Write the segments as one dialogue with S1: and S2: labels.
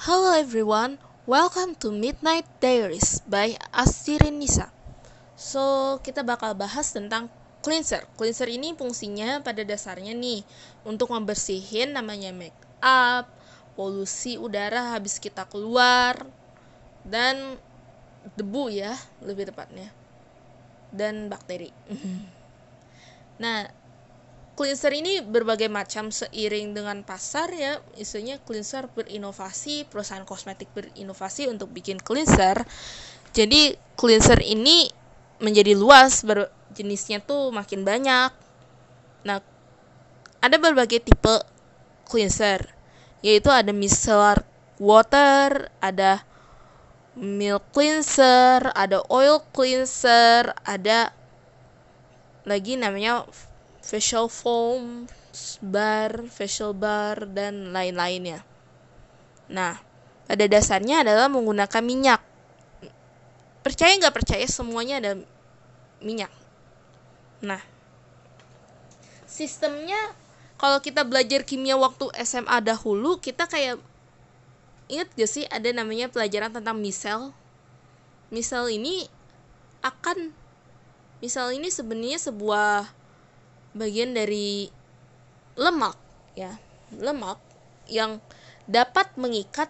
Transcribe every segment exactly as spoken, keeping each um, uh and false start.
S1: Hello everyone, welcome to Midnight Diaries by Astirin Nisa. So, kita bakal bahas tentang cleanser. Cleanser ini fungsinya pada dasarnya nih untuk membersihin namanya make up, polusi udara habis kita keluar, dan debu ya, lebih tepatnya. Dan bakteri. Nah, cleanser ini berbagai macam seiring dengan pasar ya, isunya cleanser berinovasi, perusahaan kosmetik berinovasi untuk bikin cleanser. Jadi cleanser ini menjadi luas, jenisnya tuh makin banyak. Nah, ada berbagai tipe cleanser, yaitu ada micellar water, ada milk cleanser, ada oil cleanser, ada lagi namanya facial foam, bar, facial bar, dan lain-lainnya. Nah, pada dasarnya adalah menggunakan minyak. Percaya nggak percaya, semuanya ada minyak. Nah, sistemnya kalau kita belajar kimia waktu S M A dahulu, kita kayak ingat gak sih ada namanya pelajaran tentang misel? Misel ini akan, misel ini sebenarnya sebuah bagian dari lemak ya, lemak yang dapat mengikat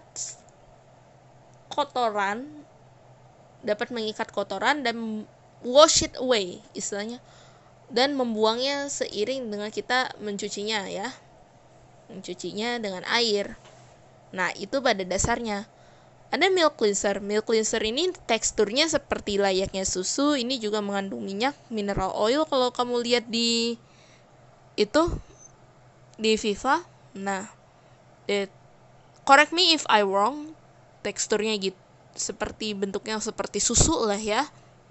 S1: kotoran, dapat mengikat kotoran dan wash it away istilahnya, dan membuangnya seiring dengan kita mencucinya ya, mencucinya dengan air. Nah, itu pada dasarnya. Ada milk cleanser. Milk cleanser ini teksturnya seperti layaknya susu. Ini juga mengandung minyak, mineral oil kalau kamu lihat di itu di Viva. Nah, it, correct me if I wrong, teksturnya gitu, seperti bentuknya seperti susu lah ya,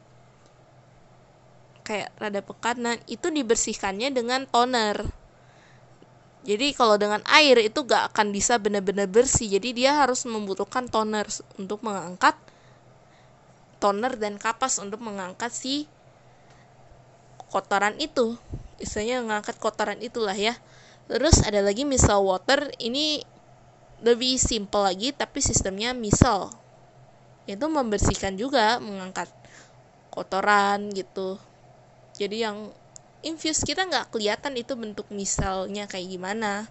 S1: kayak rada pekat. Nah, itu dibersihkannya dengan toner. Jadi kalau dengan air itu gak akan bisa benar-benar bersih. Jadi dia harus membutuhkan toner untuk mengangkat, toner dan kapas untuk mengangkat si kotoran itu. Istilahnya mengangkat kotoran itulah ya. Terus ada lagi micellar water. Ini lebih simple lagi, tapi sistemnya misel. Itu membersihkan juga, mengangkat kotoran gitu. Jadi yang infuse kita nggak kelihatan itu bentuk micelnya kayak gimana.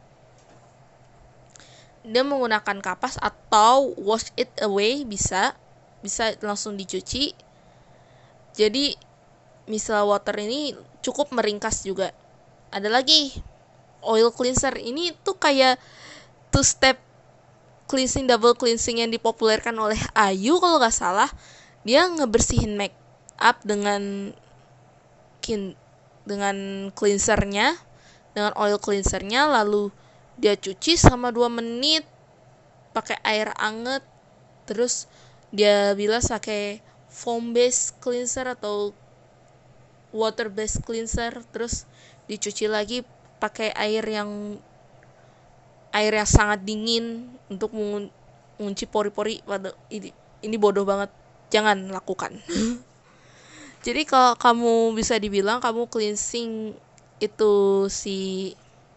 S1: Dia menggunakan kapas atau wash it away, bisa bisa langsung dicuci. Jadi micellar water ini cukup meringkas juga. Ada lagi oil cleanser. Ini tuh kayak two step cleansing, double cleansing yang dipopulerkan oleh Ayu kalau nggak salah. Dia ngebersihin make up dengan kin dengan cleansernya, dengan oil cleansernya, lalu dia cuci selama dua menit pakai air anget. Terus dia bilas pakai foam based cleanser atau water based cleanser, terus dicuci lagi pakai air yang air yang sangat dingin untuk mengunci pori-pori. Pada ini, ini bodoh banget, jangan lakukan. Jadi kalau kamu bisa dibilang kamu cleansing itu si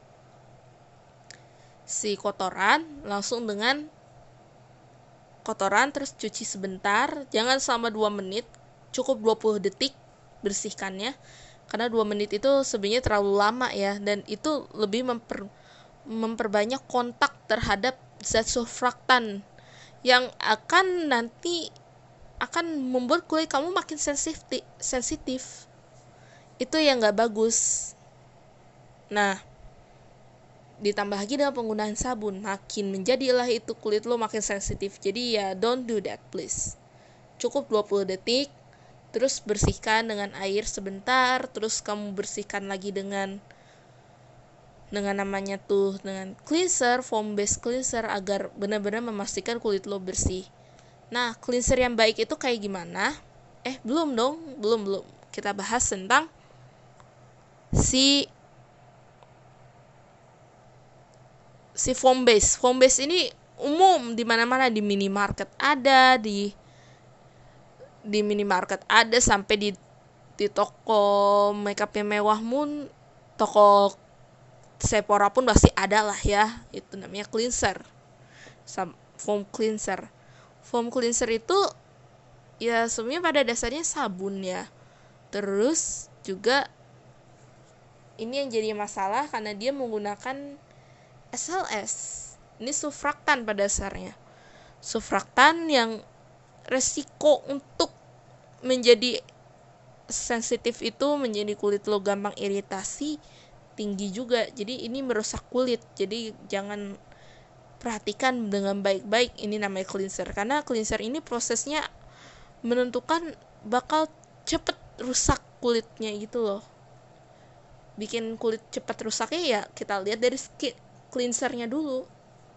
S1: si kotoran langsung dengan kotoran, terus cuci sebentar, jangan selama dua menit, cukup dua puluh detik bersihkannya, karena dua menit itu sebenarnya terlalu lama ya, dan itu lebih memper, memperbanyak kontak terhadap zat surfaktan yang akan nanti akan membuat kulit kamu makin sensitif, sensitif. Itu yang gak bagus. Nah, ditambah lagi dengan penggunaan sabun, makin menjadilah itu kulit lo makin sensitif. Jadi ya don't do that please. Cukup dua puluh detik, terus bersihkan dengan air sebentar, terus kamu bersihkan lagi dengan dengan namanya tuh dengan cleanser, foam based cleanser, agar benar-benar memastikan kulit lo bersih. Nah, cleanser yang baik itu kayak gimana? Eh, belum dong, belum belum. Kita bahas tentang si si foam base. Foam base ini umum di mana-mana, di minimarket ada, di di minimarket ada, sampai di di toko makeup yang mewah pun, toko Sephora pun pasti ada lah ya. Itu namanya cleanser. Sam- foam cleanser. Foam cleanser itu ya sebenarnya pada dasarnya sabun ya. Terus juga ini yang jadi masalah karena dia menggunakan S L S. Ini surfaktan pada dasarnya. Surfaktan yang resiko untuk menjadi sensitif itu, menjadi kulit lo gampang iritasi, tinggi juga. Jadi ini merusak kulit. Jadi jangan, perhatikan dengan baik-baik ini namanya cleanser. Karena cleanser ini prosesnya menentukan bakal cepet rusak kulitnya gitu loh. Bikin kulit cepet rusaknya ya kita lihat dari skin cleansernya dulu.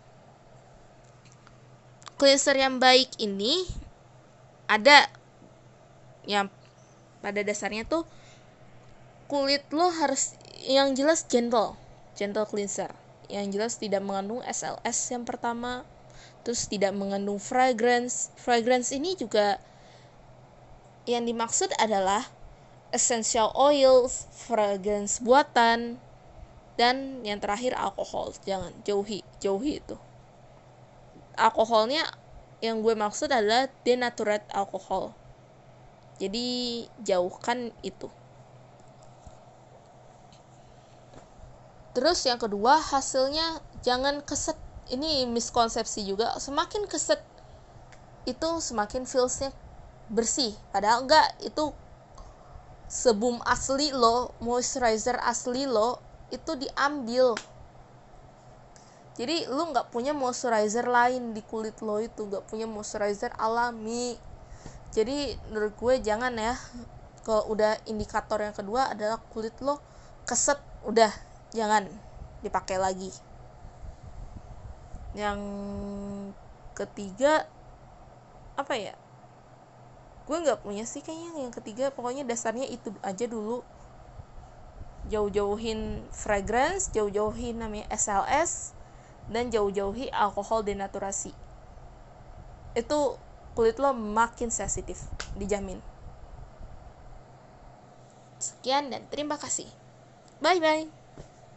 S1: Cleanser yang baik ini ada yang pada dasarnya tuh kulit lo harus yang jelas gentle, gentle cleanser. Yang jelas tidak mengandung S L S yang pertama, terus tidak mengandung fragrance. Fragrance ini juga yang dimaksud adalah essential oils, fragrance buatan, dan yang terakhir alkohol. Jangan jauhi, jauhi itu. Alkoholnya yang gue maksud adalah denatured alkohol. Jadi jauhkan itu. Terus yang kedua, hasilnya jangan keset. Ini miskonsepsi juga. Semakin keset itu semakin feelsnya bersih. Padahal enggak, itu sebum asli lo, moisturizer asli lo itu diambil. Jadi lo nggak punya moisturizer lain di kulit lo itu, nggak punya moisturizer alami. Jadi menurut gue jangan ya. Kalau udah indikator yang kedua adalah kulit lo keset, udah jangan dipakai lagi. Yang ketiga apa ya? Gue nggak punya sih kayaknya yang ketiga. Pokoknya dasarnya itu aja dulu. Jauh-jauhin fragrance, jauh-jauhin namanya S L S, dan jauh-jauhi alkohol denaturasi. Itu kulit lo makin sensitif, dijamin. Sekian dan terima kasih. Bye bye.